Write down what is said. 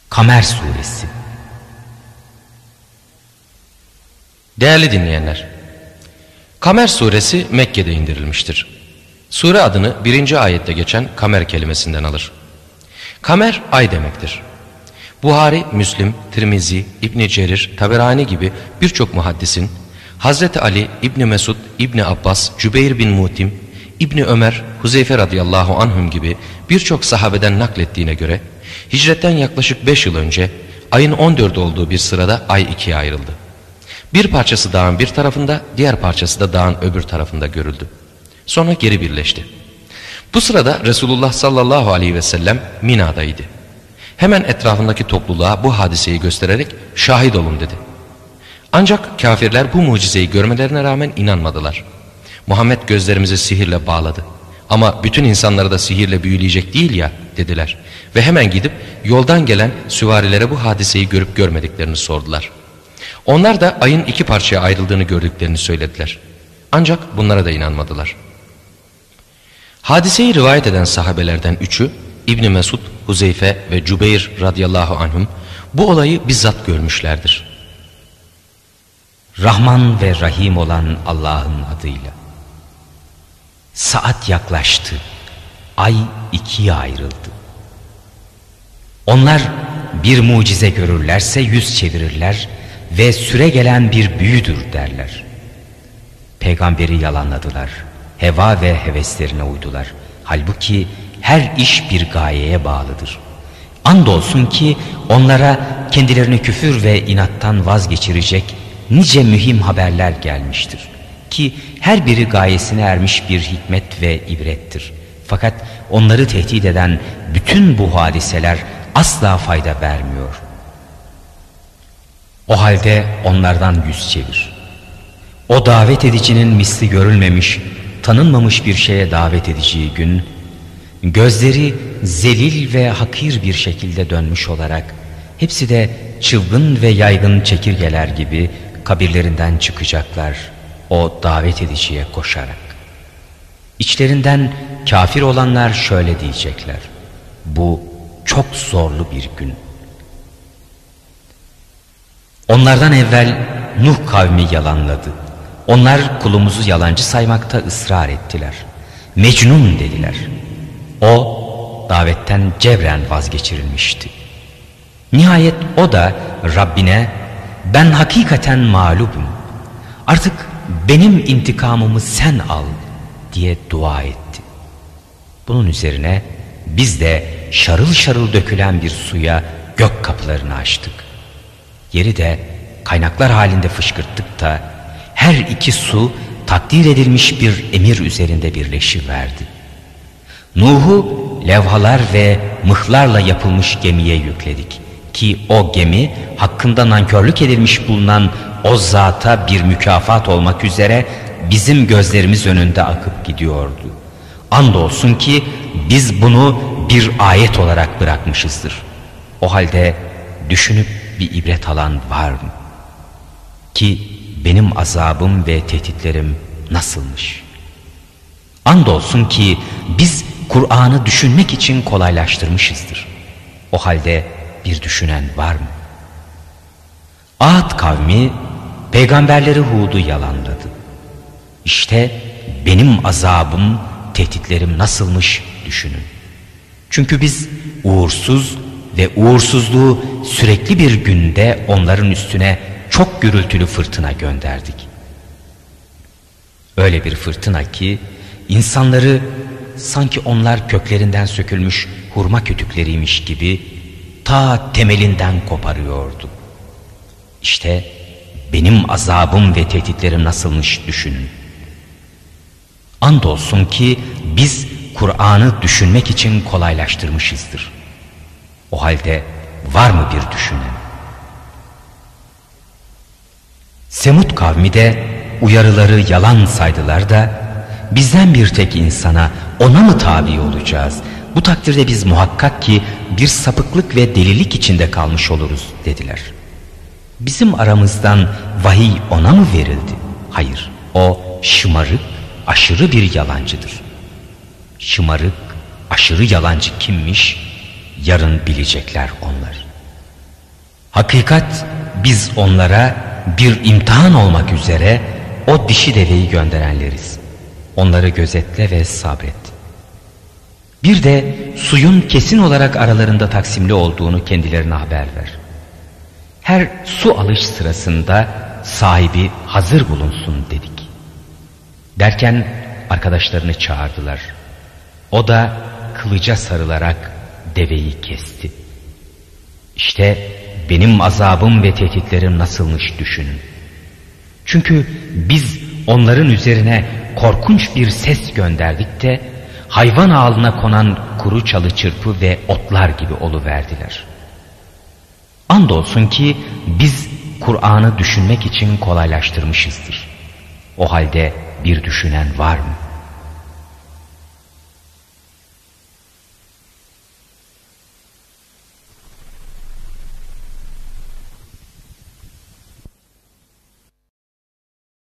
Kamer Suresi. Değerli dinleyenler, Kamer Suresi Mekke'de indirilmiştir. Sure adını 1. ayette geçen kamer kelimesinden alır. Kamer ay demektir. Buhari, Müslim, Tirmizi, İbn Cerir, Taberani gibi birçok muhaddisin Hazreti Ali, İbni Mesud, İbni Abbas, Cübeyr bin Mutim, İbni Ömer, Huzeyfe radıyallahu anhum gibi birçok sahabeden naklettiğine göre hicretten yaklaşık 5 yıl önce ayın 14 olduğu bir sırada ay ikiye ayrıldı. Bir parçası dağın bir tarafında, diğer parçası da dağın öbür tarafında görüldü. Sonra geri birleşti. Bu sırada Resulullah sallallahu aleyhi ve sellem Mina'daydı. Hemen etrafındaki topluluğa bu hadiseyi göstererek şahit olun dedi. Ancak kafirler bu mucizeyi görmelerine rağmen inanmadılar. Muhammed gözlerimizi sihirle bağladı. Ama bütün insanları da sihirle büyüleyecek değil ya dediler. Ve hemen gidip yoldan gelen süvarilere bu hadiseyi görüp görmediklerini sordular. Onlar da ayın iki parçaya ayrıldığını gördüklerini söylediler. Ancak bunlara da inanmadılar. Hadiseyi rivayet eden sahabelerden üçü İbni Mesud, Huzeyfe ve Cübeyr radıyallahu anhum bu olayı bizzat görmüşlerdir. Rahman ve Rahim olan Allah'ın adıyla. Saat yaklaştı. Ay ikiye ayrıldı. Onlar bir mucize görürlerse yüz çevirirler ve süre gelen bir büyüdür derler. Peygamberi yalanladılar. Heva ve heveslerine uydular. Halbuki her iş bir gayeye bağlıdır. Andolsun ki onlara kendilerini küfür ve inattan vazgeçirecek nice mühim haberler gelmiştir. Ki her biri gayesine ermiş bir hikmet ve ibrettir. Fakat onları tehdit eden bütün bu hadiseler asla fayda vermiyor. O halde onlardan yüz çevir. O davet edicinin misli görülmemiş, tanınmamış bir şeye davet edeceği gün, gözleri zelil ve hakir bir şekilde dönmüş olarak, hepsi de çılgın ve yaygın çekirgeler gibi kabirlerinden çıkacaklar o davet ediciye koşarak. İçlerinden kafir olanlar şöyle diyecekler: bu çok zorlu bir gün. Onlardan evvel Nuh kavmi yalanladı. Onlar kulumuzu yalancı saymakta ısrar ettiler. Mecnun dediler. O davetten cebren vazgeçirilmişti. Nihayet o da Rabbine ben hakikaten mağlubum, artık benim intikamımı sen al diye dua etti. Bunun üzerine biz de şarıl şarıl dökülen bir suya gök kapılarını açtık. Yeri de kaynaklar halinde fışkırttık da her iki su takdir edilmiş bir emir üzerinde birleşiverdi. Nuh'u levhalar ve mıhlarla yapılmış gemiye yükledik ki o gemi hakkında nankörlük edilmiş bulunan o zata bir mükafat olmak üzere bizim gözlerimiz önünde akıp gidiyordu. Andolsun ki biz bunu bir ayet olarak bırakmışızdır. O halde düşünüp bir ibret alan var mı? Ki benim azabım ve tehditlerim nasılmış? Andolsun ki biz Kur'an'ı düşünmek için kolaylaştırmışızdır. O halde bir düşünen var mı? Ad kavmi peygamberleri Hud'u yalanladı. İşte benim azabım, tehditlerim nasılmış düşünün. Çünkü biz uğursuz ve uğursuzluğu sürekli bir günde onların üstüne çok gürültülü fırtına gönderdik. Öyle bir fırtına ki insanları sanki onlar köklerinden sökülmüş hurma kütükleriymiş gibi ta temelinden koparıyordu. İşte benim azabım ve tehditlerim nasılmış düşünün. Andolsun ki biz Kur'an'ı düşünmek için kolaylaştırmışızdır. O halde var mı bir düşünen? Semud kavmi de uyarıları yalan saydılar da bizden bir tek insana, ona mı tabi olacağız? Bu takdirde biz muhakkak ki bir sapıklık ve delilik içinde kalmış oluruz dediler. Bizim aramızdan vahiy ona mı verildi? Hayır, o şımarık, aşırı bir yalancıdır. Şımarık, aşırı yalancı kimmiş? Yarın bilecekler onlar. Hakikat biz onlara bir imtihan olmak üzere o dişi deveyi gönderenleriz. Onları gözetle ve sabret. Bir de suyun kesin olarak aralarında taksimli olduğunu kendilerine haber ver. Her su alış sırasında sahibi hazır bulunsun dedik. Derken arkadaşlarını çağırdılar. O da kılıca sarılarak deveyi kesti. İşte benim azabım ve tehditlerim nasılmış düşünün. Çünkü biz onların üzerine korkunç bir ses gönderdik de hayvan ağlına konan kuru çalı çırpı ve otlar gibi oluverdiler. Andolsun ki biz Kur'an'ı düşünmek için kolaylaştırmışızdır. O halde bir düşünen var mı?